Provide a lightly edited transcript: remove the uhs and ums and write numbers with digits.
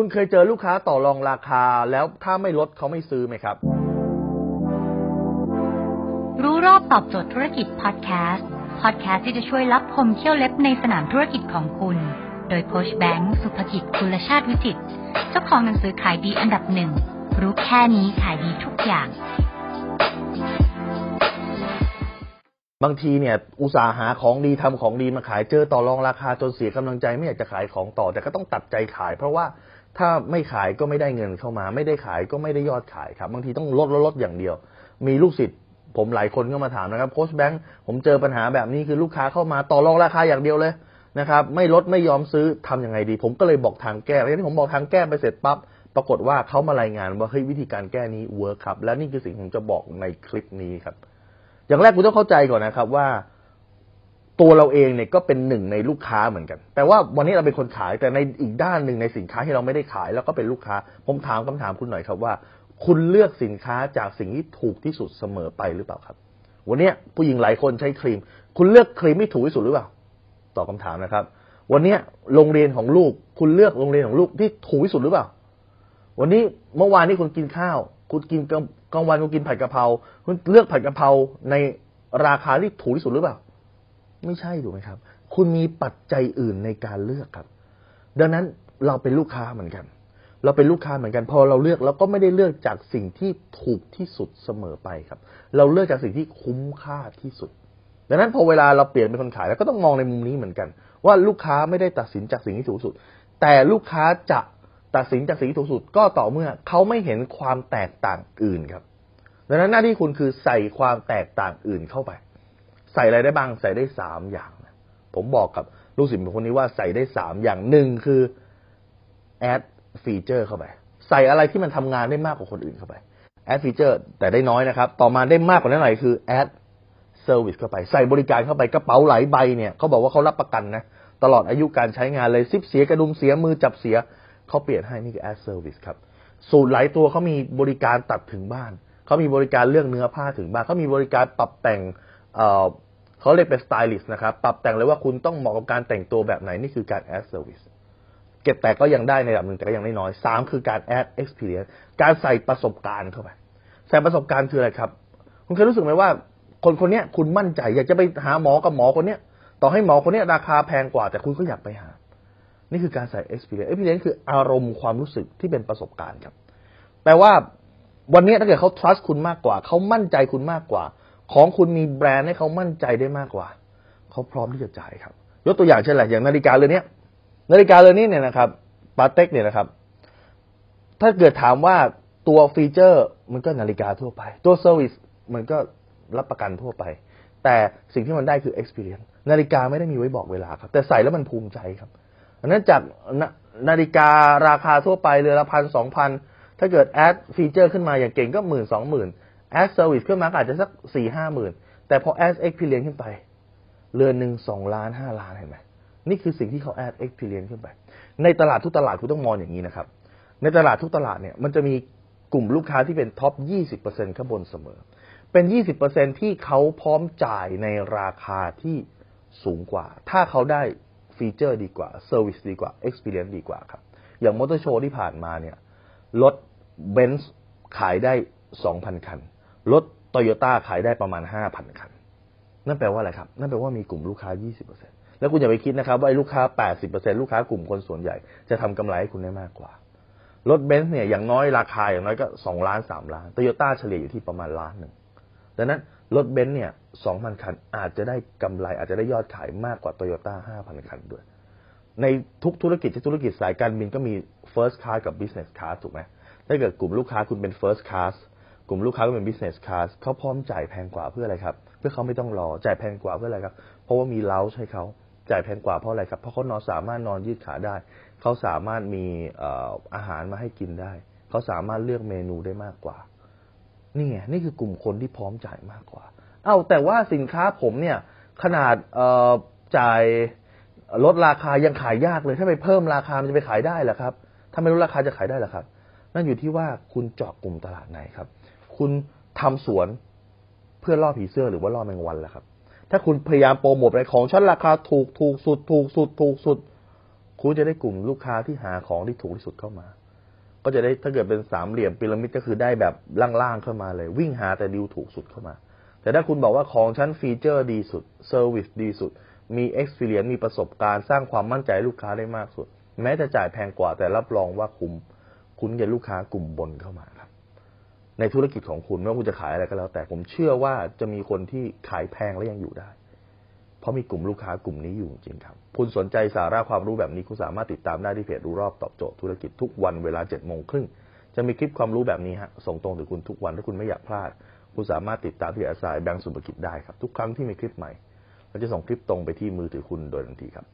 คุณเคยเจอลูกค้าต่อรองราคาแล้วถ้าไม่ลดเขาไม่ซื้อไหมครับรู้รอบตอบโจทย์ธุรกิจพอดแคสต์ที่จะช่วยลับคมเขี้ยวเล็บในสนามธุรกิจของคุณโดยโค้ชแบงค์สุภกิจกุลชาติวิจิตรเจ้าของหนังสือขายดีอันดับหนึ่งรู้แค่นี้ขายดีทุกอย่างบางทีเนี่ยอุตสาห์หาของดีทำของดีมาขายเจอต่อรองราคาจนเสียกำลังใจไม่อยากจะขายของต่อแต่ก็ต้องตัดใจขายเพราะว่าถ้าไม่ขายก็ไม่ได้เงินเข้ามาไม่ได้ขายก็ไม่ได้ยอดขายครับบางทีต้องลดอย่างเดียวมีลูกศิษย์ผมหลายคนก็มาถามนะครับโค้ชแบงค์ผมเจอปัญหาแบบนี้คือลูกค้าเข้ามาต่อรองราคาอย่างเดียวเลยนะครับไม่ลดไม่ยอมซื้อทำยังไงดีผมก็เลยบอกทางแก้แล้วที่ผมบอกทางแก้ไปเสร็จปั๊บปรากฏว่าเขามารายงานว่าเฮ้ยวิธีการแก้นี้เวิร์คครับและนี่คือสิ่งที่ผมจะบอกในคลิปนี้ครับอย่างแรกคุณต้องเข้าใจก่อนนะครับว่าตัวเราเองเนี่ยก็เป็นหนึ่งในลูกค้าเหมือนกันแต่ว่าวันนี้เราเป็นคนขายแต่ในอีกด้านหนึ่งในสินค้าที่เราไม่ได้ขายแล้วก็เป็นลูกค้าผมถามคำถามคุณหน่อยครับว่าคุณเลือกสินค้าจากสิ่งที่ถูกที่สุดเสมอไปหรือเปล่าครับวันนี้ผู้หญิงหลายคนใช้ครีมคุณเลือกครีมที่ถูกที่สุดหรือเปล่าตอบคำถามนะครับวันนี้โรงเรียนของลูกคุณเลือกโรงเรียนของลูกที่ถูกที่สุดหรือเปล่าวันนี้เมื่อวานนี้คุณกินข้าวคุณกินกลางวันคุณกินผัดกะเพราคุณเลือกผัดกะเพราในราคาที่ถูกที่สุดหรือเปล่าไม่ใช่ถูกไหมครับคุณมีปัจจัยอื่นในการเลือกครับดังนั้นเราเป็นลูกค้าเหมือนกันเราเป็นลูกค้าเหมือนกันพอเราเลือกเราก็ไม่ได้เลือกจากสิ่งที่ถูกที่สุดเสมอไปครับเราเลือกจากสิ่งที่คุ้มค่าที่สุดดังนั้นพอเวลาเราเปลี่ยนเป็นคนขายแล้วก็ต้องมองในมุมนี้เหมือนกันว่าลูกค้าไม่ได้ตัดสินจากสิ่งที่ถูกสุดแต่ลูกค้าจะตัดสินจากสิ่งที่ถูกสุดก็ต่อเมื่อเขาไม่เห็นความแตกต่างอื่นครับดังนั้นหน้าที่คุณคือใส่ความแตกต่างอื่นเข้าไปใส่อะไรได้บ้างใส่ได้3อย่างผมบอกกับลูกศิษย์คนนี้ว่าใส่ได้3อย่าง1คือแอดฟีเจอร์เข้าไปใส่อะไรที่มันทำงานได้มากกว่าคนอื่นเข้าไปแอดฟีเจอร์แต่ได้น้อยนะครับต่อมาได้มากกว่านั้นหน่อยคือแอดเซอร์วิสเข้าไปใส่บริการเข้าไปกระเป๋าหลายใบเนี่ยเขาบอกว่าเขารับประกันนะตลอดอายุการใช้งานเลยซิปเสียกระดุมเสียมือจับเสียเขาเปลี่ยนให้นี่คือแอดเซอร์วิสครับสูตรหลายตัวเขามีบริการตัดถึงบ้านเขามีบริการเรื่องเนื้อผ้าถึงบ้านเขามีบริการปรับแต่งเขาเรียกเป็นสไตลิสต์นะครับปรับแต่งเลยว่าคุณต้องเหมาะกับการแต่งตัวแบบไหนนี่คือการแอดเซอร์วิสเก็บแต่ก็ยังได้ในระดับหนึ่งแต่ก็ยังไม่น้อย3คือการแอดเอ็กซ์เพรียนซ์การใส่ประสบการณ์เข้าไปใส่ประสบการณ์คืออะไรครับคุณเคยรู้สึกไหมว่าคนนี้คุณมั่นใจอยากจะไปหาหมอกับหมอคนนี้ต่อให้หมอคนนี้ราคาแพงกว่าแต่คุณก็อยากไปหานี่คือการใส่ experience คืออารมณ์ความรู้สึกที่เป็นประสบการณ์ครับแปลว่าวันนี้ถ้าเกิดเขา trust คุณมากกว่าเขามั่นใจคุณมากกว่าของคุณมีแบรนด์ให้เขามั่นใจได้มากกว่าเขาพร้อมที่จะจ่ายครับยกตัวอย่างเช่นอะไรอย่างนาฬิกาเรือนนี้เนี่ยนะครับปาเต็กเนี่ยนะครับถ้าเกิดถามว่าตัวฟีเจอร์มันก็นาฬิกาทั่วไปตัวเซอร์วิสมันก็รับประกันทั่วไปแต่สิ่งที่มันได้คือ experience นาฬิกาไม่ได้มีไว้บอกเวลาครับแต่ใส่แล้วมันภูมิใจครับอันนั้นจากนาฬิการาคาทั่วไปเรือนละ 1,000-2,000 ถ้าเกิดแอดฟีเจอร์ขึ้นมาอย่างเก่งก็ 10,000-20,000 แอดเซอร์วิสขึ้นมาอาจจะสัก 4-5,000 แต่พอแอด experience ขึ้นไปเรือนนึง2 ล้าน5 ล้านเห็นไหมนี่คือสิ่งที่เขาแอด experience ขึ้นไปในตลาดทุกตลาดคุณต้องมองอย่างนี้นะครับในตลาดทุกตลาดเนี่ยมันจะมีกลุ่มลูกค้าที่เป็นท็อป 20% ข้างบนเสมอเป็น 20% ที่เขาพร้อมจ่ายในราคาที่สูงกว่าถ้าเขาได้ฟีเจอร์ดีกว่าเซอร์วิสดีกว่า experience ดีกว่าครับอย่างมอเตอร์โชว์ที่ผ่านมาเนี่ยรถ Benz ขายได้ 2,000 คันรถ Toyota ขายได้ประมาณ 5,000 คันนั่นแปลว่าอะไรครับนั่นแปลว่ามีกลุ่มลูกค้า 20% แล้วคุณอย่าไปคิดนะครับว่าลูกค้า 80% ลูกค้ากลุ่มคนส่วนใหญ่จะทำกำไรให้คุณได้มากกว่ารถ Benz เนี่ยอย่างน้อยราคาอย่างน้อยก็2 ล้าน3 ล้าน Toyota เฉลี่ยอยู่ที่ประมาณ1 ล้านดังนั้นรถ Benz เนี่ย 2,000 คันอาจจะได้กำไรอาจจะได้ยอดขายมากกว่า Toyota 5,000 คันด้วยในทุกธุรกิจที่ธุรกิจสายการบินก็มี First Class กับ Business Class ถูกไหมถ้าเกิดกลุ่มลูกค้าคุณเป็น First Class กลุ่มลูกค้าก็เป็น Business Class เขาพร้อมจ่ายแพงกว่าเพื่ออะไรครับเพื่อเขาไม่ต้องรอจ่ายแพงกว่าเพื่ออะไรครับเพราะว่ามีเล้าให้เขาจ่ายแพงกว่าเพราะอะไรครับเพราะเขาสามารถนอนยืดขาได้เขาสามารถมีอาหารมาให้กินได้เขาสามารถเลือกเมนูได้มากกว่านี่ไงนี่คือกลุ่มคนที่พร้อมจ่ายมากกว่าแต่ว่าสินค้าผมเนี่ยขนาดจ่ายลดราคายังขายยากเลยถ้าไปเพิ่มราคามันจะไปขายได้เหรอครับถ้าไม่ลดราคาจะขายได้เหรอครับนั่นอยู่ที่ว่าคุณเจาะกลุ่มตลาดไหนครับคุณทำสวนเพื่อล่อผีเสื้อหรือว่าล่อแมงวันล่ะครับถ้าคุณพยายามโปรโมทอะไรของชั้นราคาถูกสุดคุณจะได้กลุ่มลูกค้าที่หาของที่ถูกที่สุดเข้ามาก็จะได้ถ้าเกิดเป็นสามเหลี่ยมพีระมิดก็คือได้แบบล่างๆเข้ามาเลยวิ่งหาแต่ดีลถูกสุดเข้ามาแต่ถ้าคุณบอกว่าของชั้นฟีเจอร์ดีสุดเซอร์วิสดีสุดมี experience มีประสบการณ์สร้างความมั่นใจลูกค้าได้มากสุดแม้จะจ่ายแพงกว่าแต่รับรองว่าคุณจะลูกค้ากลุ่มบนเข้ามาครับในธุรกิจของคุณไม่ว่าคุณจะขายอะไรก็แล้วแต่ผมเชื่อว่าจะมีคนที่ขายแพงและยังอยู่ได้เพราะมีกลุ่มลูกค้ากลุ่มนี้อยู่จริงครับคุณสนใจสาระความรู้แบบนี้คุณสามารถติดตามได้ที่เพจรู้รอบตอบโจทย์ธุรกิจทุกวันเวลา 7:30 น.จะมีคลิปความรู้แบบนี้ฮะส่งตรงถึงคุณทุกวันถ้าคุณไม่อยากพลาดคุณสามารถติดตามที่แอดไซน์แบงก์สุภกิจได้ครับทุกครั้งที่มีคลิปใหม่เราจะส่งคลิปตรงไปที่มือถือคุณโดยทันทีครับ